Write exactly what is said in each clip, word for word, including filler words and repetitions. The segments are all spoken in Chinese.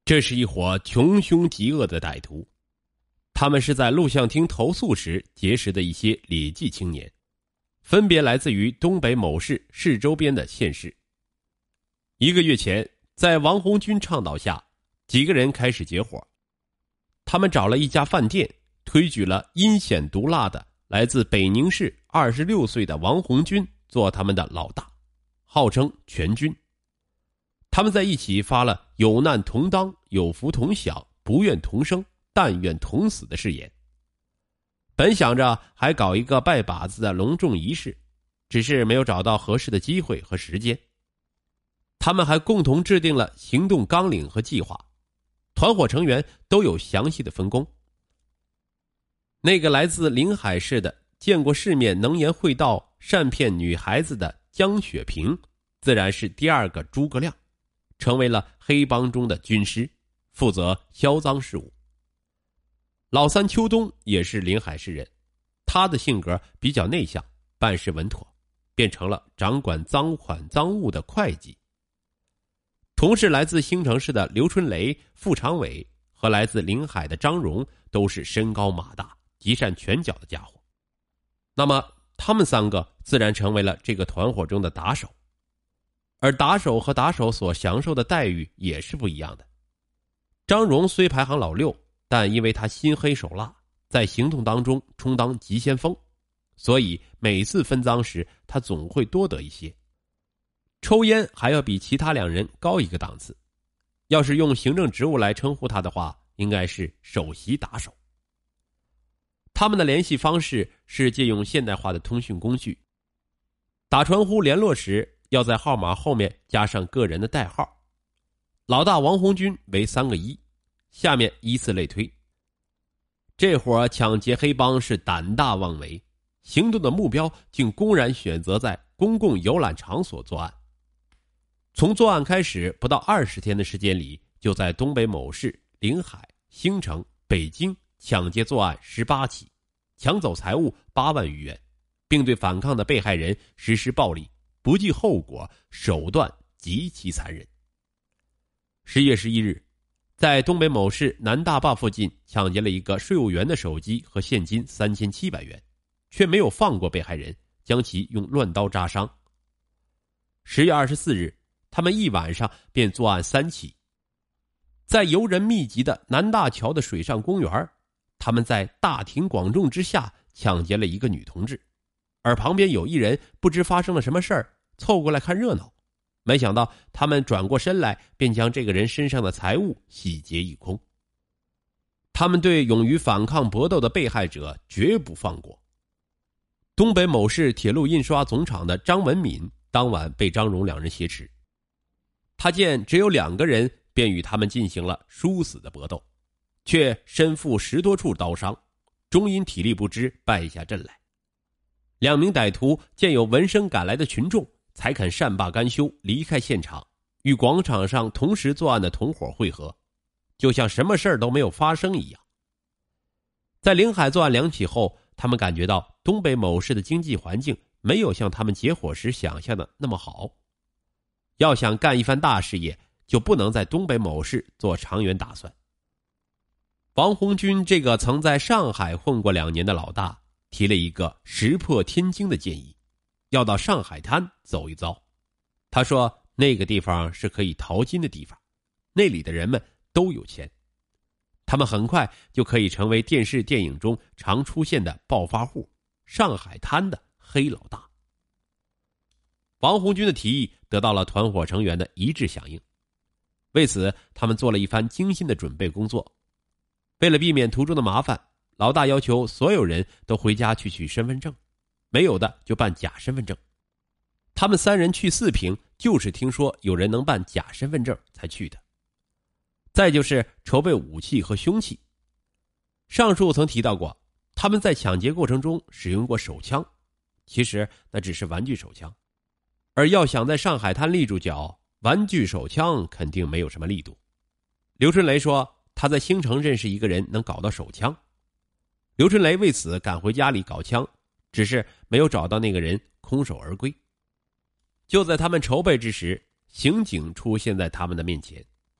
这是一伙穷凶极恶的歹徒，他们是在录像厅投诉时结识的一些劣迹青年，分别来自于东北某市市周边的县市。一个月前，在王红军倡导下，几个人开始结伙。他们找了一家饭店，推举了阴险毒辣的来自北宁市二十六岁的王红军做他们的老大，号称全军。他们在一起发了有难同当，有福同享，不愿同生，但愿同死的誓言。本想着还搞一个拜把子的隆重仪式，只是没有找到合适的机会和时间。他们还共同制定了行动纲领和计划，团伙成员都有详细的分工。那个来自临海市的见过世面、能言会道、善骗女孩子的江雪萍，自然是第二个诸葛亮，成为了黑帮中的军师，负责销赃事务。老三秋冬也是临海市人，他的性格比较内向，办事稳妥，变成了掌管赃款赃物的会计。同是来自兴城市的刘春雷、傅长伟和来自临海的张荣都是身高马大、极善拳脚的家伙。那么他们三个自然成为了这个团伙中的打手。而打手和打手所享受的待遇也是不一样的。张荣虽排行老六，但因为他心黑手辣，在行动当中充当急先锋，所以每次分赃时他总会多得一些。抽烟还要比其他两人高一个档次，要是用行政职务来称呼他的话，应该是首席打手。他们的联系方式是借用现代化的通讯工具，打传呼联络时要在号码后面加上个人的代号。老大王红军为三个一，下面依次类推。这伙抢劫黑帮是胆大妄为，行动的目标竟公然选择在公共游览场所作案。从作案开始不到二十天的时间里，就在东北某市、临海、兴城、北京抢劫作案十八起，抢走财物八万余元，并对反抗的被害人实施暴力，不计后果，手段极其残忍。十月十一日，在东北某市南大坝附近抢劫了一个税务员的手机和现金三千七百元，却没有放过被害人，将其用乱刀扎伤。十月二十四日，他们一晚上便作案三起。在游人密集的南大桥的水上公园，他们在大庭广众之下抢劫了一个女同志，而旁边有一人不知发生了什么事儿，凑过来看热闹，没想到他们转过身来，便将这个人身上的财物洗劫一空。他们对勇于反抗搏斗的被害者绝不放过。东北某市铁路印刷总厂的张文敏当晚被张荣两人挟持，他见只有两个人，便与他们进行了殊死的搏斗，却身负十多处刀伤，终因体力不支败下阵来。两名歹徒见有闻声赶来的群众，才肯善罢甘休，离开现场，与广场上同时作案的同伙会合，就像什么事儿都没有发生一样。在临海作案两起后，他们感觉到东北某市的经济环境没有像他们结伙时想象的那么好，要想干一番大事业，就不能在东北某市做长远打算。王红军这个曾在上海混过两年的老大，提了一个石破天惊的建议，要到上海滩走一遭。他说那个地方是可以淘金的地方，那里的人们都有钱，他们很快就可以成为电视电影中常出现的暴发户，上海滩的黑老大。王红军的提议得到了团伙成员的一致响应，为此他们做了一番精心的准备工作。为了避免途中的麻烦，老大要求所有人都回家去取身份证，没有的就办假身份证。他们三人去四平，就是听说有人能办假身份证才去的。再就是筹备武器和凶器。上述曾提到过，他们在抢劫过程中使用过手枪，其实那只是玩具手枪，而要想在上海滩立住脚，玩具手枪肯定没有什么力度。刘春雷说他在兴城认识一个人能搞到手枪，刘春雷为此赶回家里搞枪，只是没有找到那个人，空手而归。就在他们筹备之时，刑警出现在他们的面前，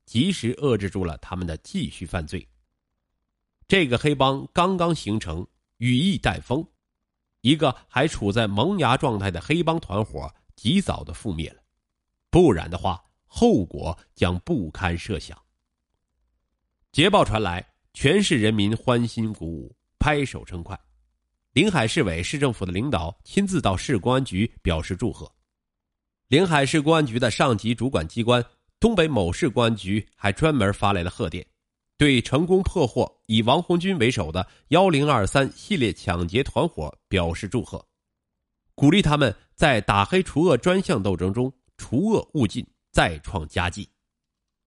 及时遏制住了他们的继续犯罪。这个黑帮刚刚形成，羽翼待丰，一个还处在萌芽状态的黑帮团伙及早的覆灭了，不然的话，后果将不堪设想。捷报传来，全市人民欢欣鼓舞，拍手称快。临海市委市政府的领导亲自到市公安局表示祝贺。临海市公安局的上级主管机关东北某市公安局还专门发来了贺电，对成功破获以王红军为首的一零二三系列抢劫团伙表示祝贺，鼓励他们在打黑除恶专项斗争中除恶务尽，再创佳绩。